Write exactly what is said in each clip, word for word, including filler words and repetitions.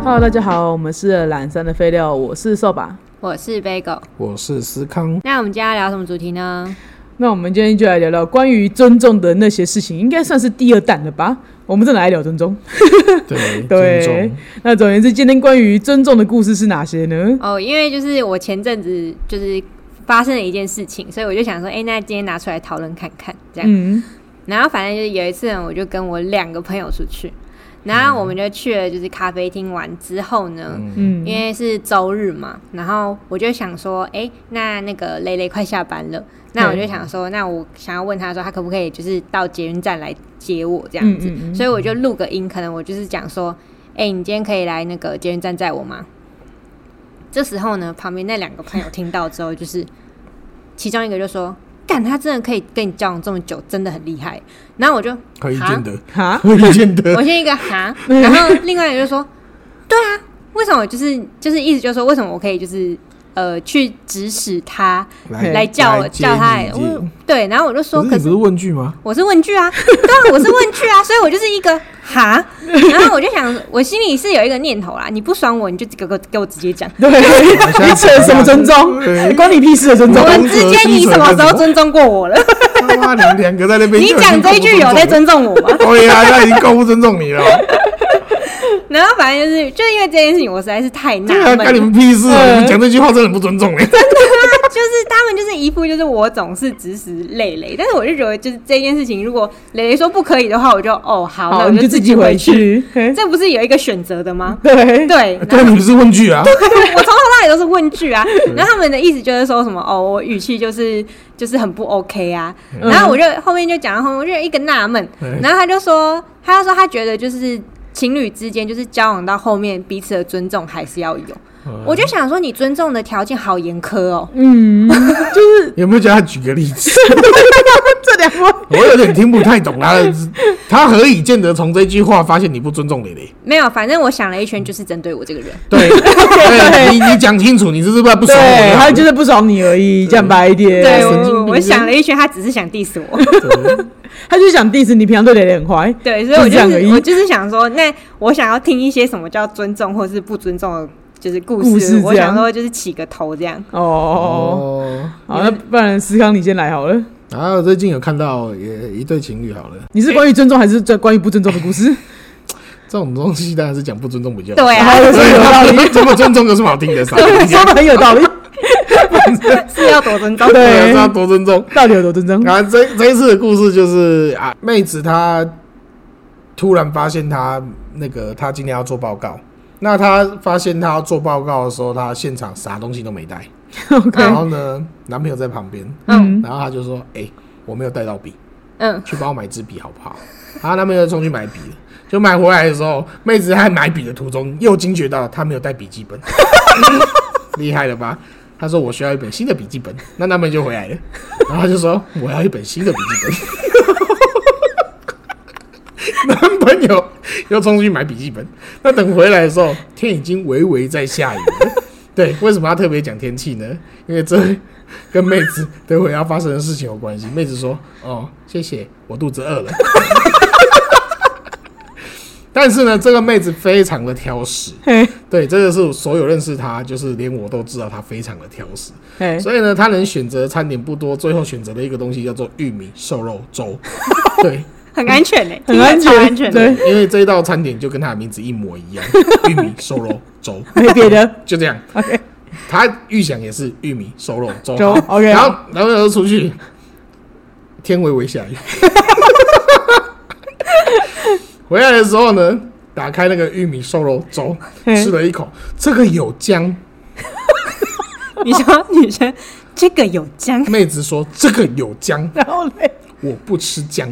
Hello， 大家好，我们是懒散的废料，我是瘦吧， 我是 Bagel， 我是思康。 那我们今天要聊什么主题呢？ 那我们今天就来聊聊关于尊重的那些事情，应该算是第二弹了吧？我们真的来聊尊重。 对对， 尊重。 那总而言之，今天关于尊重的故事是哪些呢？ 哦，因为就是我前阵子就是发生了一件事情，所以我就想说，哎、欸，那今天拿出来讨论看看，这样。嗯。然后反正就是有一次呢，我就跟我两个朋友出去。然后我们就去了，就是咖啡厅完之后呢，嗯，因为是周日嘛，然后我就想说，哎、欸，那那个蕾蕾快下班了，那我就想说，那我想要问他说，他可不可以就是到捷运站来接我这样子，嗯嗯嗯，所以我就录个音，可能我就是讲说，哎、欸，你今天可以来那个捷运站载我吗？这时候呢，旁边那两个朋友听到之后，就是其中一个就说。干，他真的可以跟你交往这么久，真的很厉害。然后我就可以见得， 哈， 可以见得。 我先一个哈，然后另外一个就说，对啊，为什么就是就是意思就是说，为什么我可以就是呃去指使他 来, 来叫来叫他来，对，然后我就说， 可是你不是问句吗？ 我是问句啊，对啊，我是问句啊，所以我就是一个哈，然后我就想，我心里是有一个念头啦，你不爽我，你就给我给我直接讲， 对，你扯什么尊重？关你屁事的尊重？ 我们之间你什么时候尊重过我了？ 妈，你们两个在那边， 你讲这一句有在尊重我吗？ 对呀，他已经够不尊重你了。 然后反正就是，就因为这件事情，我实在是太纳闷了。 干你们屁事啊！你们讲这句话真的很不尊重你。真的啊，就是他们就是一副就是我总是指使蕾蕾，但是我就觉得就是这件事情，如果蕾蕾说不可以的话，我就哦好， 好那我就自己回去。 去这不是有一个选择的吗？ 对对， 对，你们是问句啊。 对，我从头到尾都是问句啊。然后他们的意思就是说什么哦，我语气就是就是很不 OK 啊。然后我就后面就讲到后面，我就一个纳闷，然后他就说，他就说他觉得就是。情侣之间就是交往到后面，彼此的尊重还是要有。嗯、我就想说，你尊重的条件好严苛哦。嗯， 就是有没有叫他举个例子？ 这两位我有点听不太懂他的，他何以见得从这句话发现你不尊重蕾蕾？ 没有，反正我想了一圈，就是针对我这个人。 对，对你你讲清楚，你是不是不爽我？ 他就是不爽你而已，讲白一点。 对，我, 我想了一圈，他只是想 diss 我。 他就想 diss 你，平常对蕾蕾很坏。 对，所以我就是、就是、我就是想说，那我想要听一些什么叫尊重或是不尊重的。就是故 事, 故事我想说就是起个头这样。哦， 哦好，那不然思康你先来好了。 然后最近有看到也一对情侣好了。 你是关于尊重还是关于不尊重的故事？ 这种东西当然是讲不尊重比较好。 对啊， 对，有道理。这么尊重有什么好听的？ 说的很有道理。 是要多尊重？ 对，是要多尊重。 到底有多尊重？ 啊，这这一次的故事就是啊，妹子她突然发现她那个她今天要做报告。那他发现他要做报告的时候，他现场啥东西都没带。Okay. 然后呢，男朋友在旁边，嗯，然后他就说：“哎、欸，我没有带到笔，嗯，去帮我买支笔好不好？”然后男朋友就冲去买笔了，就买回来的时候，妹子在买笔的途中又惊觉到他没有带笔记本，厉害了吧？他说：“我需要一本新的笔记本。”那男朋友就回来了，然后他就说：“我要一本新的笔记本。”男朋友又冲出去买笔记本，那等回来的时候，天已经微微在下雨了。对，为什么要特别讲天气呢？因为这跟妹子等会要发生的事情有关系。妹子说：“哦，谢谢，我肚子饿了。”但是呢，这个妹子非常的挑食。对，这个是所有认识她，就是连我都知道她非常的挑食。所以呢，她能选择餐点不多，最后选择了一个东西叫做玉米瘦肉粥。对。 很安全诶、欸， 很安全， 安全对， 因为这一道餐点就跟他的名字一模一样，玉米瘦肉粥， 没别的， 就这样。 OK， 他预想也是玉米瘦肉粥。 粥 OK， 然后然后就出去，天微微下雨。回来的时候呢，打开那个玉米瘦肉粥，吃了一口，这个有姜。 你说女生这个有姜， 妹子说这个有姜， 然后嘞， 我不吃姜。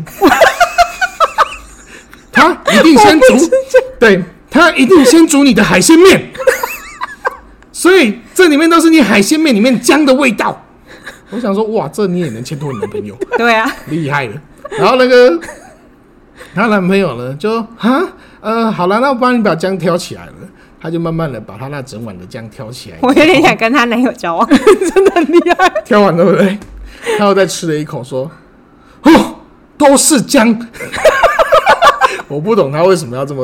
他一定先煮，对，他一定先煮你的海鲜面，所以这里面都是你海鲜面里面姜的味道。我想说，哇，这你也能牵拖你男朋友？ 对啊， 厉害了。然后那个她男朋友呢，就啊，呃，好了，那我帮你把姜挑起来了。他就慢慢的把他那整碗的姜挑起来。 我有点想跟他男友交往， 真的很厉害。 挑完对不对？他又再吃了一口，说：“哦，都是姜。”我不懂他为什么要这么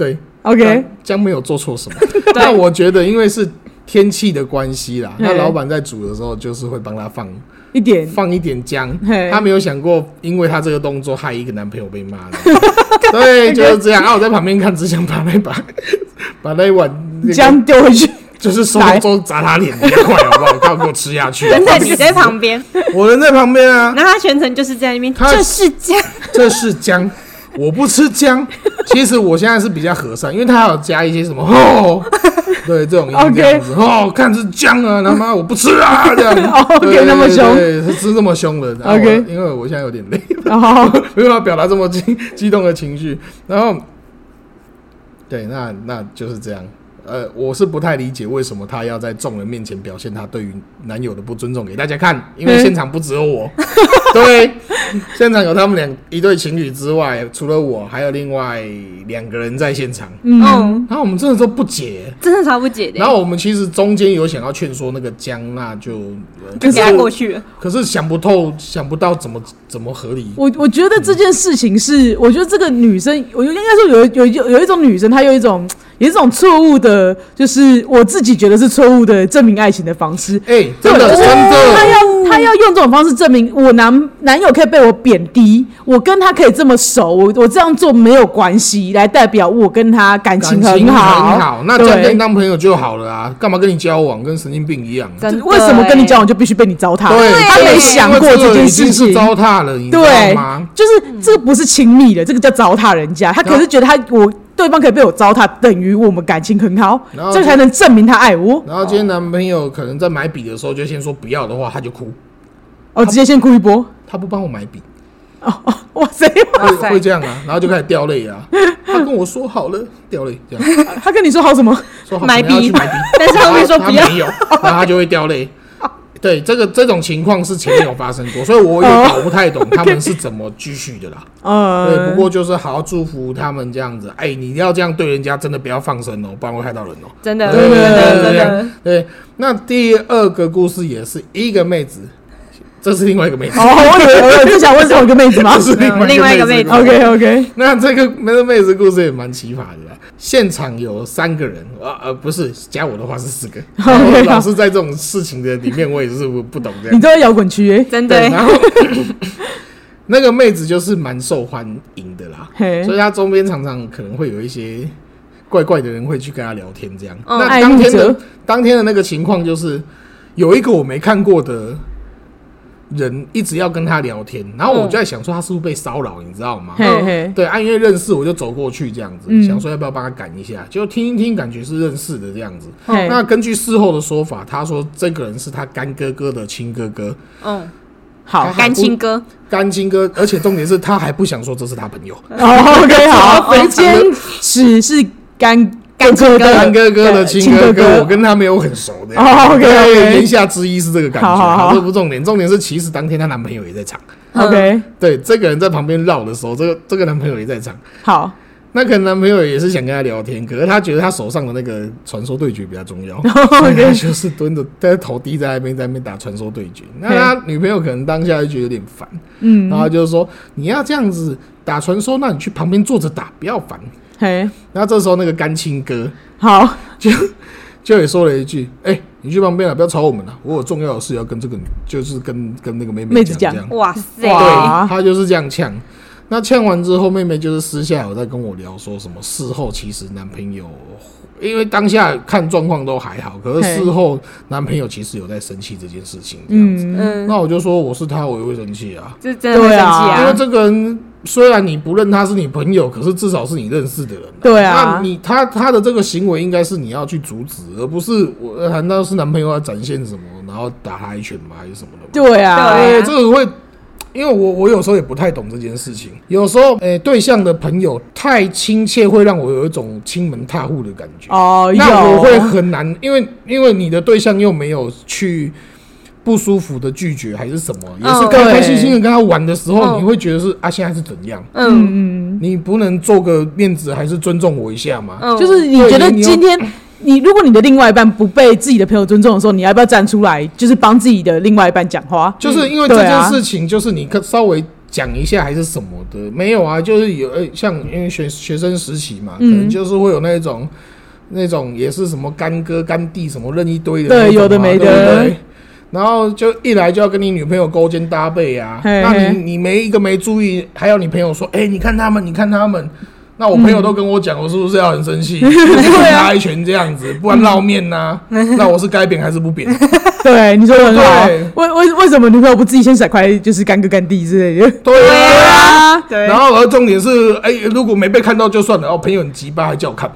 对 ，OK， 姜没有做错什么。但我觉得因为是天气的关系啦，那老板在煮的时候就是会帮他放一点放一点姜，他没有想过因为他这个动作害一个男朋友被骂对，就是这样啊！我在旁边看，只想把那把把那一碗姜丢回去， 就是手中砸他脸，比较快好不好？他给我吃下去。 真的，你在旁边， 我人在旁边啊。 然后他全程就是在那边，这是姜， 这是姜。我不吃姜，其实我现在是比较和善，因为他还有加一些什么哦，对这种音这样子哦，看是姜啊，他妈我不吃啊这样 ，OK 那么凶， 对，他吃这么凶的 ，OK， 因为我现在有点累，没办法表达这么激激动的情绪，然后对，那那就是这样。呃，我是不太理解为什么他要在众人面前表现他对于男友的不尊重给大家看，因为现场不只有我，对，现场有他们两一对情侣之外，除了我，还有另外两个人在现场。嗯，然后我们真的都不解， 真的超不解的。 然后我们其实中间有想要劝说那个姜，那就就给他过去了。 可是想不透，想不到怎么怎么合理。 我我觉得这件事情是，我觉得这个女生，我应该说有有有有一种女生，她有一种。有一种错误的，就是我自己觉得是错误的证明爱情的方式。 哎、欸，真的真的， 他要他要用这种方式证明我男男友可以被我贬低，我跟他可以这么熟，我我这样做没有关系，来代表我跟他感情很好。 很好，那这样跟你当朋友就好了啊，干嘛跟你交往，跟神经病一样？ 为什么跟你交往就必须被你糟蹋？ 对， 他没想过这件事情， 是糟蹋了，你知道吗？ 就是这个不是亲密的，这个叫糟蹋人家。他可是觉得他我。对方可以被我糟蹋，等于我们感情很好，这才能证明他爱我。 然后今天男朋友可能在买笔的时候就先说不要的话，他就哭， 哦，直接先哭一波。 他不帮我买笔， 哦哦，哇塞， 哇塞，会这样啊，然后就开始掉泪啊。他跟我说好了，掉泪这样。 他跟你说好什么？ 说好买笔， 买笔， 但是后面说不要， 没有，然后他就会掉泪。对，这个这种情况是前面有发生过，所以我也搞不太懂他们是怎么继续的啦。嗯，对，不过就是好好祝福他们这样子。哎，你要这样对人家，真的不要放生哦，不然会害到人哦。 真的， 对对对真的。 对，那第二个故事也是一个妹子。这是另外一个妹子哦，我以为我正想问是同一个妹子吗？ 这是另外一个妹子。 OK OK。 那这个妹子妹子故事也蛮奇葩的啦。现场有三个人，呃呃，不是加我的话是四个。Okay, 老是在这种事情的里面，我也是不懂这样。 你都在摇滚区哎， 真的。 然后那个妹子就是蛮受欢迎的啦，所以她周边常常可能会有一些怪怪的人会去跟她聊天这样。嗯、那当天的当天的那个情况就是有一个我没看过的人一直要跟他聊天，然后我就在想说他是不是被骚扰，你知道吗？嗯、对，啊，因为认识我就走过去这样子，嗯、想说要不要帮他赶一下，就听一听，感觉是认识的这样子。嗯、那根据事后的说法，他说这个人是他干哥哥的亲哥哥。嗯， 好，干亲哥， 干亲哥，而且重点是他还不想说这是他朋友。 哦 ，OK， 好，坚持是干。干哥哥干哥哥的亲哥哥，我跟他没有很熟的。 哦 ，OK， 言下之意是这个感觉。好，这不重点，重点是其实当天她男朋友也在场。 OK， 对，这个人在旁边绕的时候，这个这个男朋友也在场。 好， 那可能男朋友也是想跟他聊天，可是他觉得他手上的那个传说对决比较重要，所以他就是蹲着，在头低在那边，在那边打传说对决。那他女朋友可能当下就觉得有点烦，嗯，然后就是说你要这样子打传说，那你去旁边坐着打，不要烦。 嘿， 然后这时候那个干亲哥好就就也说了一句：“哎、欸，你去旁边了，不要吵我们了，我有重要的事要跟这个，就是跟跟那个妹妹讲。” 哇塞， 对，他就是这样呛。那呛完之后，妹妹就是私下有在跟我聊，说什么事后其实男朋友，因为当下看状况都还好，可是事后男朋友其实有在生气这件事情，这样子。嗯，那我就说我是他，我也会生气啊， 这真的会生气啊， 因为这个人。虽然你不认他是你朋友，可是至少是你认识的人、啊。 对啊， 那你他他的这个行为应该是你要去阻止，而不是我难道是男朋友要展现什么，然后打他一拳吗？还是什么的？ 对啊， 对，这个会，因为我我有时候也不太懂这件事情。有时候，诶、欸，对象的朋友太亲切，会让我有一种亲门踏户的感觉。哦，那我会很难，因为因为你的对象又没有去。不舒服的拒绝还是什么，也是开开心心的跟他玩的时候，嗯、你会觉得是啊，现在是怎样？嗯嗯，你不能做个面子，还是尊重我一下嘛？嗯、 就是你觉得今天你如果你的另外一半不被自己的朋友尊重的时候，你要不要站出来，就是帮自己的另外一半讲话？ 就是因为这件事情，就是你稍微讲一下还是什么的？没有啊，就是有呃，像因为学学生时期嘛，嗯、可能就是会有那种那种也是什么干哥干弟什么认一堆的， 对，有的没的， 对不对？然后就一来就要跟你女朋友勾肩搭背啊，嘿嘿那你你没一个没注意，还有你朋友说，哎、欸，你看他们，你看他们。那我朋友都跟我讲，我是不是要很生气？对啊，他一拳这样子，不然烙面呐、啊。那我是该扁还是不扁？ 对，你说的很好。为为为什么女朋友不自己先甩块，就是干哥干弟之类的？ 对啊， 对。 然后而重点是，哎、欸，如果没被看到就算了，然后朋友很急巴还叫我看。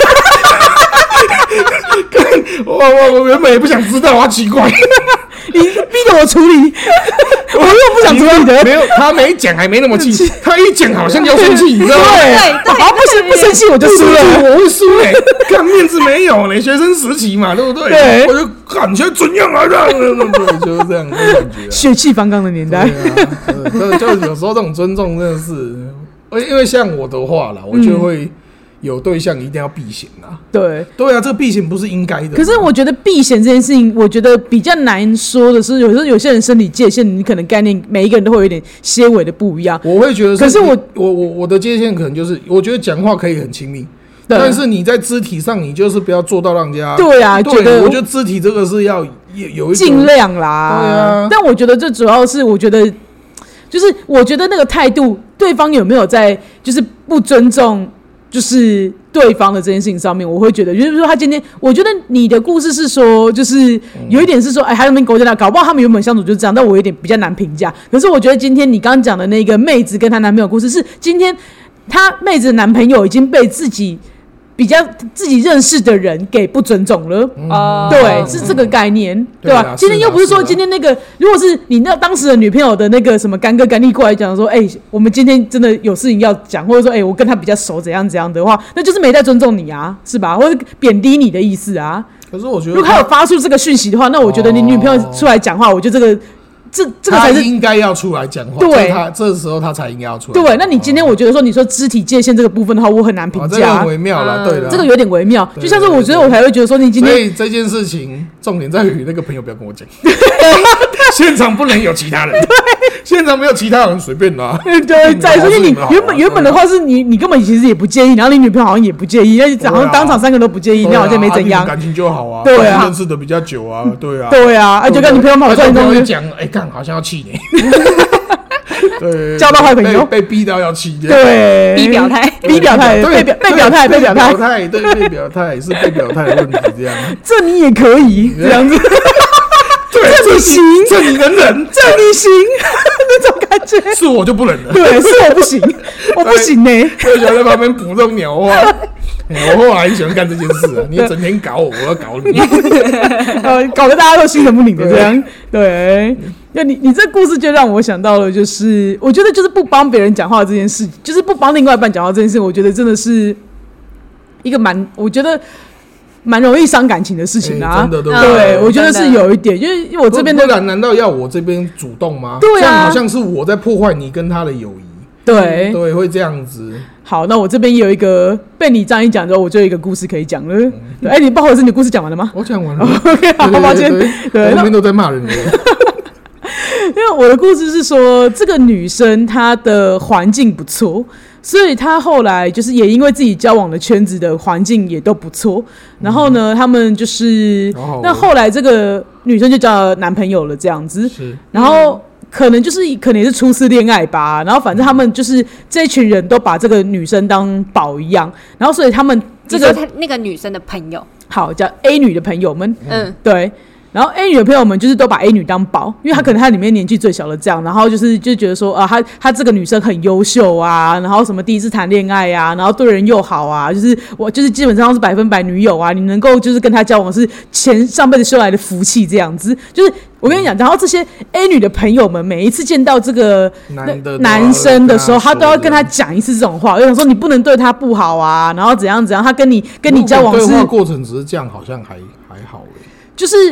我我我原本也不想知道，好奇怪。 你逼着我处理，我又不想处理的。 没有，他没讲还没那么气，他一讲好像要生气，你知道吗？ 对，好，不生不生气我就输了， 我会输哎，看面子没有呢，学生时期嘛，对不对？对，我就感觉怎样啊，这样，对，就是这样的感觉。 血气方刚的年代， 对啊，就有时候这种尊重真的是，因为像我的话啦，我就会。有对象一定要避嫌啊！ 对对啊，这个避嫌不是应该的。 可是我觉得避嫌这件事情，我觉得比较难说的是，有时候有些人生理界限，你可能概念每一个人都会有点些微的不一样。 我会觉得是， 可是我我我我的界限可能就是，我觉得讲话可以很亲密，但是你在肢体上，你就是不要做到让人家对啊， 对觉得我觉得肢体这个是要有一尽量啦。 对啊， 但我觉得最主要是，我觉得就是我觉得那个态度，对方有没有在就是不尊重。就是对方的这件事情上面，我会觉得，就是说他今天，我觉得你的故事是说，就是有一点是说，哎，还有那边勾肩搭，搞不好他们原本相处就是这样，但我有点比较难评价。可是我觉得今天你刚刚讲的那个妹子跟她男朋友的故事，是今天她妹子的男朋友已经被自己。比较自己认识的人给不尊重了，嗯、对，是这个概念，嗯、对吧？今天又不是说今天那个，如果是你那当时的女朋友的那个什么干哥干弟过来讲说，哎、欸，我们今天真的有事情要讲，或者说，哎、欸，我跟他比较熟，怎样怎样的话，那就是没在尊重你啊，是吧？或者贬低你的意思啊。 可是我觉得， 如果他有发出这个讯息的话，那我觉得你女朋友出来讲话，我觉得这个。这这个才是他应该要出来讲话，对，他这时候他才应该要出来。 对，那你今天我觉得说，你说肢体界限这个部分的话，我很难评价。 这个很微妙了，对的， 这个有点微妙。就像是我觉得我才会觉得说，你今天所以这件事情重点在于那个朋友不要跟我讲，现场不能有其他人，现场没有其他人随便啦。 对，再说你原本原本的话是你你根本其实也不介意，然后你女朋友好像也不介意，那好像当场三个都不介意，那好像没怎样， 感情就好啊。 对啊， 认识的比较久啊，对啊， 对啊，啊就跟你朋友跑出来跟我讲，哎干。好像要气你，对， 交到坏朋友， 被逼到要气， 对， 逼表态， 逼表态，被表被表态，被表态， 对，被表态是被表态的问题，这样， 这你也可以这样子，这你行， 这你能忍， 这你行，那种感觉， 是我就不忍了， 对，是我不行，我不行呢， 我喜欢在旁边补这种鸟话。我后来很喜欢干这件事啊！你整天搞我，我要搞你， 呃，搞得大家都心神不宁的这样。对，那你你这故事就让我想到了，就是我觉得就是不帮别人讲话这件事，就是不帮另外一半讲话这件事，我觉得真的是一个蛮，我觉得蛮容易伤感情的事情啊。 欸、真的对， 对，我觉得是有一点，因为因为我这边的， 不然难道要我这边主动吗？ 对啊， 这样好像是我在破坏你跟他的友谊。 对、嗯、 对，会这样子。 好，那我这边有一个被你这样一讲之后，我就有一个故事可以讲了。哎、嗯欸，你不好意思，你故事讲完了吗？ 我讲完了。 OK， 好，抱歉。对， 我们都在骂人。 因为我的故事是说，这个女生她的环境不错，所以她后来就是也因为自己交往的圈子的环境也都不错。然后呢，嗯、他们就是，哦、那后来这个女生就交男朋友了，这样子。 是， 然后。可能就是可能也是初次恋爱吧，然后反正他们就是这一群人都把这个女生当宝一样，然后所以他们这个他那个女生的朋友， 好叫 A 女的朋友们， 嗯， 对。然后 A 女的朋友们就是都把 A 女当宝，因为她可能她里面年纪最小的这样，然后就是就觉得说啊，她她这个女生很优秀啊，然后什么第一次谈恋爱啊，然后对人又好啊，就是我就是基本上是百分百女友啊，你能够就是跟她交往是前上辈子修来的福气这样子，就是我跟你讲，然后这些 A 女的朋友们每一次见到这个男的男生的时候，她都要跟他讲一次这种话，就想说你不能对他不好啊，然后怎样怎样，他跟你跟你交往是对话过程只是这样，好像还还好哎， 就是。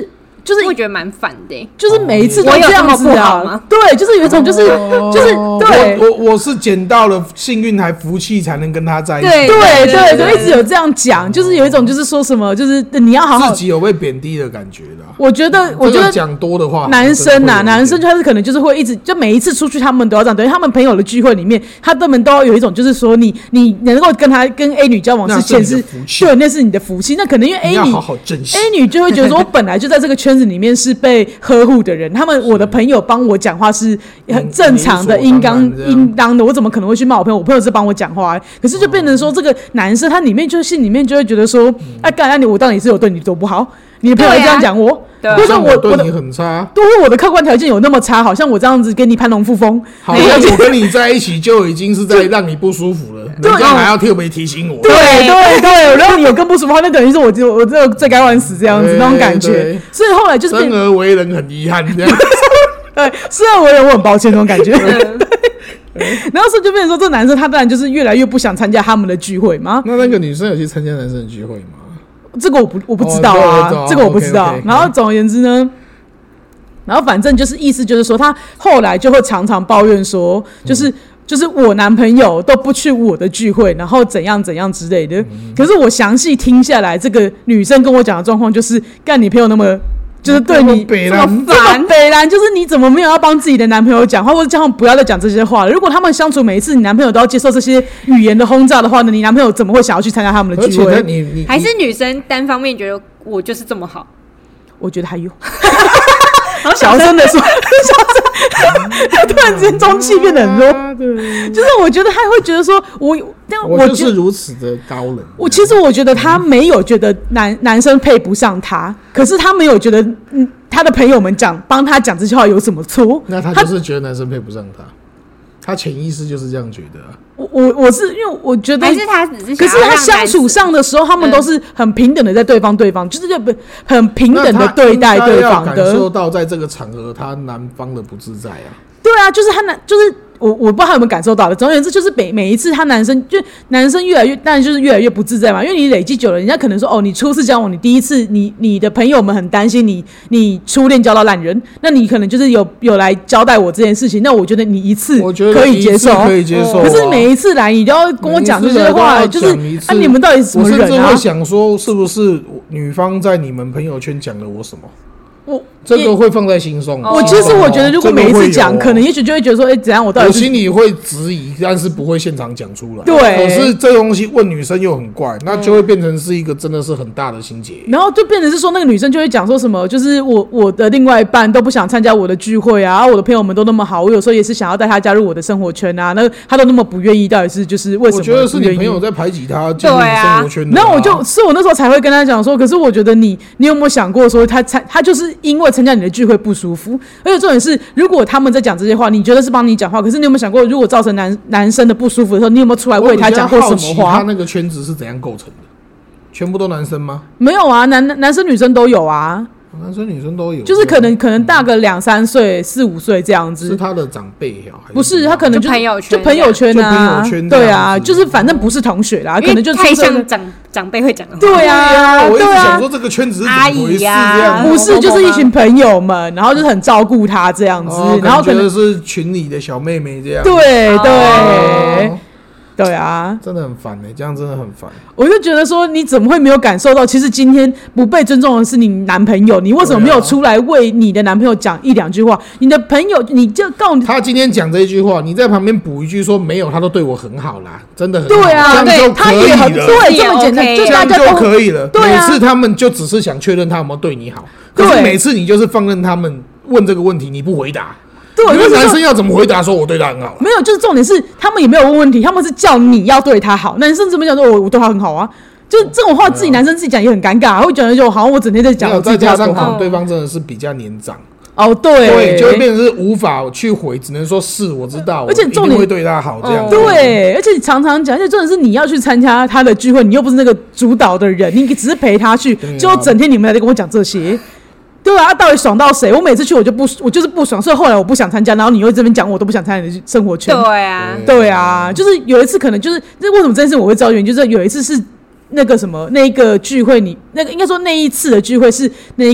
就是我觉得蛮烦的、欸， 就是每一次都这样子啊，对，就是有一种就是、哦、就是对， 我我我是捡到了幸运还福气才能跟他在一起， 对对对对，一直有这样讲，就是有一种就是说什么，就是你要好好自己有被贬低的感觉的、啊。 我觉得，我觉得讲多的话， 男生啊，男生他是可能就是会一直就每一次出去，他们都要这样，等于他们朋友的聚会里面，他们都要有一种就是说你你能够跟他跟 A 女交往是显示对，那是你的福气。那可能因为 A 女好好珍惜 A 女就会觉得说，我本来就在这个圈子里面是被呵护的人，他们我的朋友帮我讲话是很正常的、应当应当的，我怎么可能会去骂我朋友？我朋友是帮我讲话、欸，可是就变成说这个男生他里面就心里面就会觉得说，哎、嗯，干、啊、你我到底是有对你多不好？你的朋友会这样讲我。或者我对你很差， 或者我的客观条件有那么差，好像我这样子跟你攀龙附凤， 好像我跟你在一起就已经是在让你不舒服了，人家还要特别提醒我。 对对对，然后你有更不舒服，那等于是我就我这罪该万死这样子那种感觉。所以后来就是生而为人很遗憾这样。 对，生而为人我很抱歉那种感觉。然后所以就变成说，这男生他当然就是越来越不想参加他们的聚会嘛。 那那个女生有去参加男生的聚会吗？ 这个我不我不知道啊，哦、这个我不知道。Okay, okay, 然后总而言之呢，然后反正就是意思就是说，他后来就会常常抱怨说，就是、嗯、就是我男朋友都不去我的聚会，然后怎样怎样之类的。嗯、可是我详细听下来，这个女生跟我讲的状况就是，干你朋友那么。就是对你这么烦，北兰就是你怎么没有要帮自己的男朋友讲话，或者叫他们不要再讲这些话了？如果他们相处每一次你男朋友都要接受这些语言的轰炸的话呢，你男朋友怎么会想要去参加他们的聚会？ 你你还是女生单方面觉得我就是这么好？ 我觉得还有。小声的说，小声，他突然之间中气变得很弱，就是我觉得他会觉得说，我，但我就是如此的高冷。 我其实我觉得他没有觉得男男生配不上他，可是他没有觉得，嗯，他的朋友们讲帮他讲这些话有什么错？ 那他就是觉得男生配不上他。他潜意识就是这样觉得、啊。 我我我是因为我觉得， 还是他只是想要让，可是他相处上的时候，他们都是很平等的在对方对方，嗯、就是很平等的对待对方的。 感受到在这个场合，他男方的不自在啊。 对啊，就是他男就是。我我不知道他有没有感受到的，总而言之就是每每一次他男生就男生越来越，当然就是越来越不自在嘛，因为你累积久了，人家可能说哦，你初次交往，你第一次，你你的朋友们很担心你，你初恋交到烂人，那你可能就是有有来交代我这件事情，那我觉得你一次可以接受， 可以接受、啊， 可是每一次来你都要跟我讲这些话，就是啊，你们到底是什么人啊？ 我甚至会想说，是不是女方在你们朋友圈讲了我什么？ 我这个会放在心上。 我其实我觉得，如果每一次讲，可能也许就会觉得说，哎、欸，怎样？我到底我心里会质疑，但是不会现场讲出来。 对。 可是这东西问女生又很怪，那就会变成是一个真的是很大的心结。 然后就变成是说，那个女生就会讲说什么，就是我我的另外一半都不想参加我的聚会啊，我的朋友们都那么好，我有时候也是想要带他加入我的生活圈啊，那他都那么不愿意，到底是就是为什么？ 我觉得是你朋友在排挤他进入生活圈的、啊。 然后我就是我那时候才会跟他讲说，可是我觉得你你有没有想过说他参他就是因为参加你的聚会不舒服，而且重点是，如果他们在讲这些话，你觉得是帮你讲话，可是你有没有想过，如果造成男男生的不舒服的时候，你有没有出来为他讲过什么话？ 他那个圈子是怎样构成的？全部都男生吗？ 没有啊，男男生女生都有啊。 男生女生都有， 就是可能可能大个两三岁、四五岁这样子。 是他的长辈呀？ 不是，他可能就朋友圈， 就朋友圈啊， 朋友圈对啊，就是反正不是同学啦，可能就太像长长辈会讲的话。 对啊， 我一直想说这个圈子是怎么回事？这样不是，就是一群朋友们，然后就是很照顾他这样子，然后可能是群里的小妹妹这样。 对对。对啊， 真的很烦哎、欸，这样真的很烦。 我就觉得说，你怎么会没有感受到？其实今天不被尊重的是你男朋友，你为什么没有出来为你的男朋友讲一两句话？你的朋友，你就告他今天讲这一句话，你在旁边补一句说没有，他都对我很好啦，真的很好。 对啊， 这样就可以了， 对，这么简单，就大家就可以了。 对啊， 每次他们就只是想确认他有没有对你好，可是每次你就是放任他们问这个问题，你不回答。对，因为男生要怎么回答说我对他很好？ 没有，就是重点是他们也没有问问题，他们是叫你要对他好。男生怎么讲说我我对他很好啊？就这种话自己男生自己讲也很尴尬，会觉得就好像我整天在讲我自己加上可能对方真的是比较年长。 哦，对， 对，就会变成是无法去回，只能说是我知道， 而且重点会对他好这样、哦。 对，而且常常讲，而且重点是你要去参加他的聚会，你又不是那个主导的人，你只是陪他去，就整天你们来跟我讲这些。对啊，到底爽到谁？我每次去我就不，我就是不爽，所以后来我不想参加，然后你又这边讲我都不想参加你的生活圈。 对啊， 对啊，就是有一次可能就是那为什么这件事我会知道原因，就是有一次是那个什么那一个聚会你，你那个应该说那一次的聚会是那个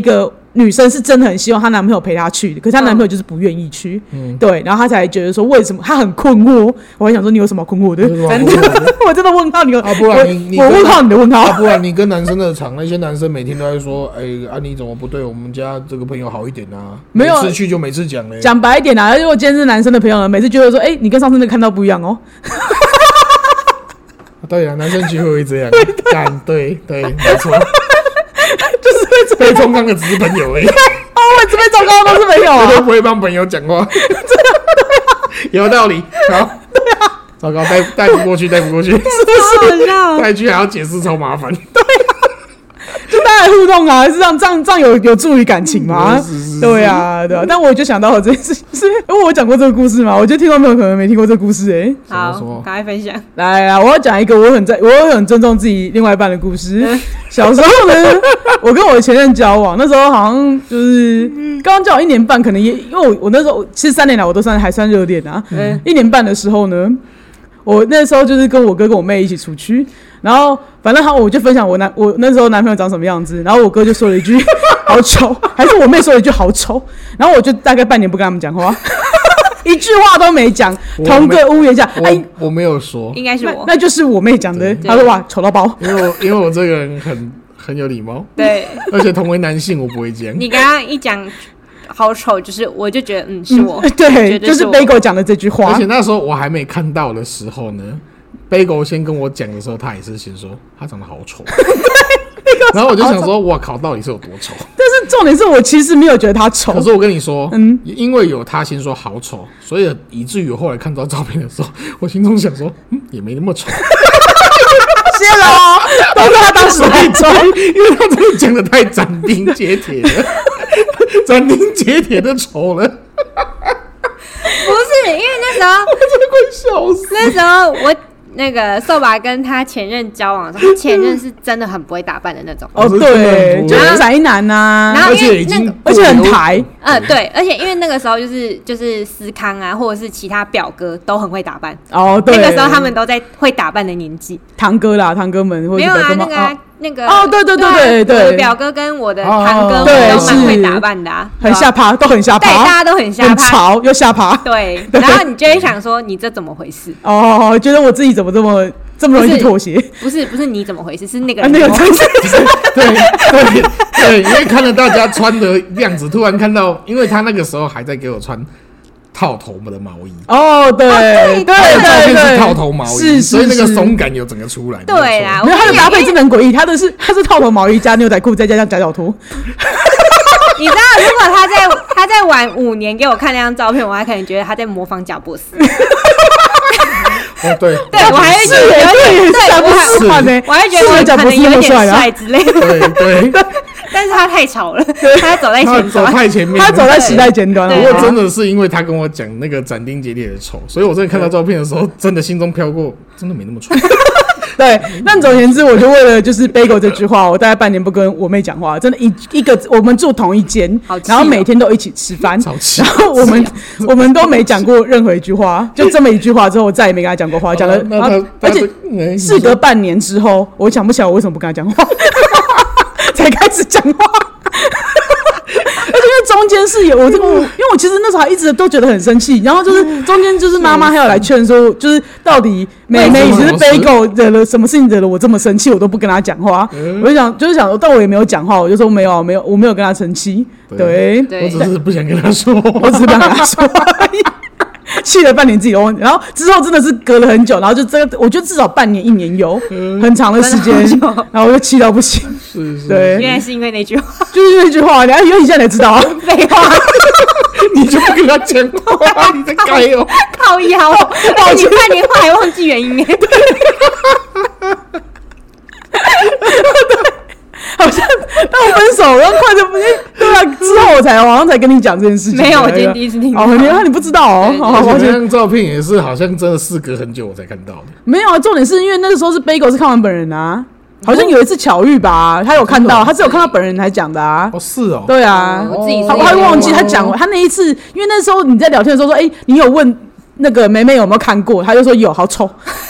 女生是真的很希望她男朋友陪她去的，可是她男朋友就是不愿意去，嗯，对，然后她才觉得说为什么她很困惑。我还想说你有什么困惑的？真的，我真的问号你有， 啊，不然你你我问号你的问号， 啊，不然你跟男生的场，那些男生每天都在说，哎、欸、啊你怎么不对我们家这个朋友好一点啊？ 没有， 每次去就每次讲嘞。 讲白一点啊，如果今天是男生的朋友呢，每次就会说，哎、欸，你跟上次那个看到不一样哦。 对啊，男生聚会会这样，干对对，没错， 就是被冲康的只是朋友而已。 哦，我这边糟糕都是朋友啊， 我都不会帮朋友讲话，有道理。好，对啊，糟糕，带带不过去，带不过去，是不是？ 带去还要解释，超麻烦。 对啊，就大家互动啊，是这样，这样这样有有助于感情吗？ 嗯、是是是对啊，对啊。但我就想到我这件事情，是因为我讲过这个故事嘛，我觉得听众朋友可能没听过这个故事哎、欸。 好，赶快分享。 来来，我要讲一个我很在，我很尊重自己另外一半的故事。小时候呢，我跟我的前任交往，那时候好像就是刚刚交往一年半，可能也因为我我那时候其实三年来我都算还算热恋啊。嗯，一年半的时候呢，我那时候就是跟我哥跟我妹一起出去，然后反正好我就分享我男我那时候男朋友长什么样子，然后我哥就说了一句好丑，还是我妹说了一句好丑，然后我就大概半年不跟他们讲话。一句话都没讲，同个屋檐下。 哎，我没有说， 应该是我， 那, 那就是我妹讲的。她说：“哇，丑到爆！” 因为我因为我这个人很很有礼貌， 对， 而且同为男性，我不会讲。 你刚刚一讲好丑，就是我就觉得嗯是我， 嗯、对，就是 Bagel 讲的这句话。 而且那时候我还没看到的时候呢 ，Bagel 先跟我讲的时候，他也是先说他长得好丑。然后我就想说，哇靠，到底是有多丑？ 但是重点是我其实没有觉得他丑。 可是我跟你说，嗯，因为有他先说好丑，所以以至于我后来看到照片的时候，我心中想说，嗯，也没那么丑。 谢喽，都是他当时太丑， 因为他真的讲的太斩钉截铁了，斩钉截铁的丑了。 不是，因为那时候我真的快笑死。 那时候我。那个瘦爸跟他前任交往的时候，他前任是真的很不会打扮的那种。 哦，对，就是宅男呐、啊， 然后因为那个， 而且很台。 嗯，对，而且因为那个时候就是就是思康啊，或者是其他表哥都很会打扮。 哦，对， 那个时候他们都在会打扮的年纪。 堂哥啦，堂哥们或者没有啊，那个、啊哦、那个哦，对对对对对， 我的表哥跟我的堂哥们都蛮会打扮的啊， 很下趴，都很下趴， 对，大家都很下趴， 很潮又下趴。 对，然后你就会想说，你这怎么回事？ 哦，觉得我自己怎么这么。这么容易妥协？ 不是不是你怎么回事？是那个人、 啊、那个对对对，因为看了大家穿的样子，突然看到，因为他那个时候还在给我穿套头的毛衣。 哦，对、啊、对对对对， 是套头毛衣， 是所以那个松感有整个出来。 对啦， 没有，他的搭配真的很诡异，他的是他是套头毛衣加牛仔裤，再加上夹脚拖。 你知道，如果他在他在晚五年给我看那张照片，我还可能觉得他在模仿贾博士。 哦，对， 对我还会觉得有点对， 不是呢， 我还觉得我可能有点帅之类的。 对对， 但是他太吵了，他走在前端， 走太前面， 他走在时代尖端了。 不过真的是因为他跟我讲那个斩钉截铁的丑，所以我真的看到照片的时候，真的心中飘过，真的没那么丑。 对，但总而言之，我就为了就是 Bagel 这句话，我大概半年不跟我妹讲话，真的一一个我们住同一间， 喔、 然后每天都一起吃饭，然后我们我们都没讲过任何一句话，就这么一句话之后，我再也没跟他讲过话，讲了、啊，而且事隔半年之后，我想不起来我为什么不跟他讲话，才开始讲话。而且因为中间是有我这个，因为我其实那时候还一直都觉得很生气，然后就是中间就是妈妈还有来劝说，就是到底妹妹就是 Bagel 惹了什么事情惹了我这么生气，我都不跟他讲话。嗯、我就想就是想，但我也没有讲话，我就说没有没有，我没有跟他生气。对， 对我只是不想跟他说， 我只是不想跟他说而已。气了半年自己都忘记，然后之后真的是隔了很久，然后就这个，我觉得至少半年一年有、嗯、很长的时间，然后我就气到不行。 是是， 对， 原来是因为那句话， 就是因为那句话，你看，因为你现在才知道啊， 废话， 你就不跟他讲话，你在该哦， 靠腰，哦，你半年后还忘记原因哎。 好像当我分手，然后快就对啊，之后我才好像才跟你讲这件事情。 没有，我今天第一次听到。 哦，你你不知道哦。好， 好，这张照片也是好像真的事隔很久我才看到的。 没有啊，重点是因为那个时候是 Bagel 是看完本人啊，好像有一次巧遇吧，他有看到，他是有看到本人才讲的啊。 哦，是哦。 对啊， 我自己他他忘记他讲他那一次，因为那时候你在聊天的时候说，哎，你有问那个梅梅有没有看过？他就说有，好丑。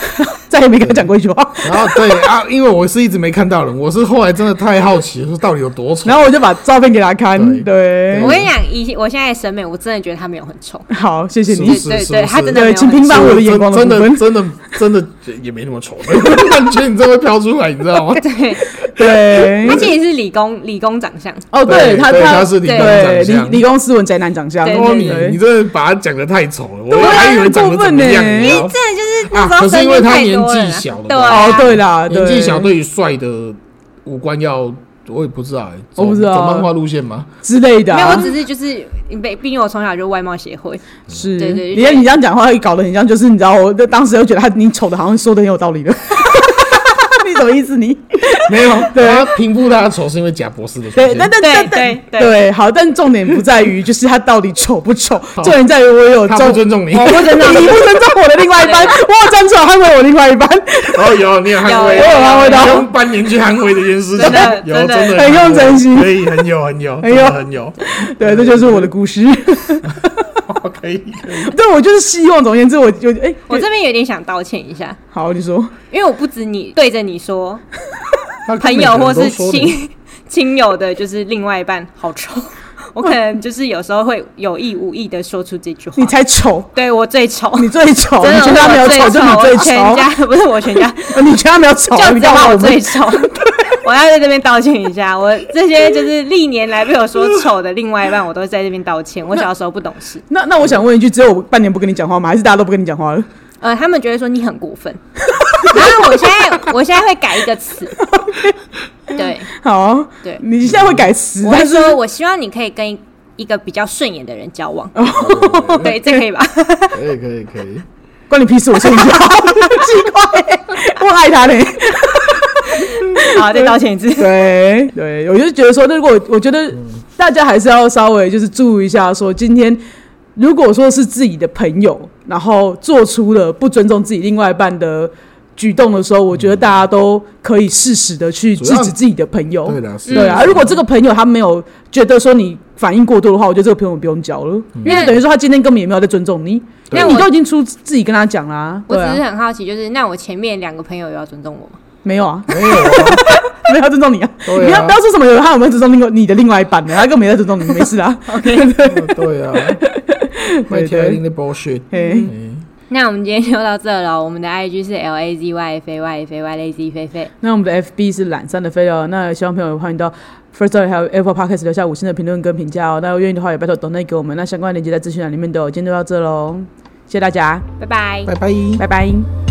再也没跟他讲过一句话。 然后对啊，因为我是一直没看到人，我是后来真的太好奇，说到底有多丑。 然后我就把照片给他看。对，对我跟你讲，以我现在的审美，我真的觉得他没有很丑。 好，谢谢你。 对对对，他真的没有很丑。 请平反我的眼光的部分。 真的真的真的也没那么丑，感觉你真会飘出来，你知道吗？ 对对， 他其实是理工理工长相。 哦，对他他是理工长相， 理理工斯文宅男长相。 哦，你你真的把他讲的太丑了，我还以为长得怎么样。 因为真的就是那时候，可是因为他年纪小的， 哦，对啦， 年纪小对于帅的五官要。我也不知道哎、欸， 我不知道走漫画路线吗之类的、啊？ 没有，我只是就是毕竟我从小就外貌协会， 是， 对 对, 对。你看你这样讲话，会搞得很像，就是你知道，我当时就觉得他你丑的，好像说的很有道理的。你什么意思你？ 没有，对，他平复他的丑是因为贾博士的出现。 对，但但但对对对，好，但重点不在于就是他到底丑不丑，重点在于我有他不尊重你， 我不尊重你，你不尊重我的另外一半，我有站出来捍卫我另外一半。 哦，有你有捍卫， 我有捍卫到， 用半年去捍卫这件事情，有真的很用真心， 可以很有很有很有很有， 对，这就是我的故事。 可以可以， 对，我就是希望，总而言之，我就哎、欸， 我这边有点想道歉一下。 好，你说， 因为我不止你对着你说，朋友或是亲亲友的，就是另外一半好丑。我可能就是有时候会有意无意的说出这句话。 你才丑， 对我最丑， 你最丑， 你全家没有丑，就你最丑。 全家不是我全家， 你全家没有丑， 就只有我最丑。我要在这边道歉一下，我这些就是历年来被我说丑的另外一半，我都在这边道歉。我小时候不懂事。 那那我想问一句，只有我半年不跟你讲话吗？还是大家都不跟你讲话了？ 呃，他们觉得说你很过分。然后我现在我现在会改一个词。对， 好， 对， 你现在会改词， 我会说，我希望你可以跟一个比较顺眼的人交往。对，这可以吧？ 可以，可以，可以。 关你屁事！我说你奇怪，我爱他嘞。 好，再道歉一次。 对对，我就觉得说，如果我觉得大家还是要稍微就是注意一下，说今天如果说是自己的朋友，然后做出了不尊重自己另外一半的举动的时候，我觉得大家都可以适时的去制止自己的朋友。 对的， 对啊。如果这个朋友他没有觉得说你反应过多的话，我觉得这个朋友不用交了，嗯、因为等于说他今天根本也没有在尊重你，因为你都已经出自己跟他讲啦。 我只是很好奇，就是那我前面两个朋友有要尊重我吗？ 没有啊， 没有啊， 没有要尊重你啊！ 啊你要不要说什么有他有没有尊重另外你的另外一半呢？他根本没在尊重你，没事啊。 对啊，麦田一定的 bullshit。 那我们今天就到这了。我们的 I G 是 L A Z Y F A Y F A Y Lazy 菲菲。 那我们的 F B 是懒散的飞哦。那希望朋友欢迎到 First Story 还有 Apple Podcast 留下五星的评论跟评价哦。那愿意的话也拜托donate给我们。那相关链接在资讯栏里面都有。今天就到这喽，谢谢大家， 拜拜， 拜拜， 拜拜。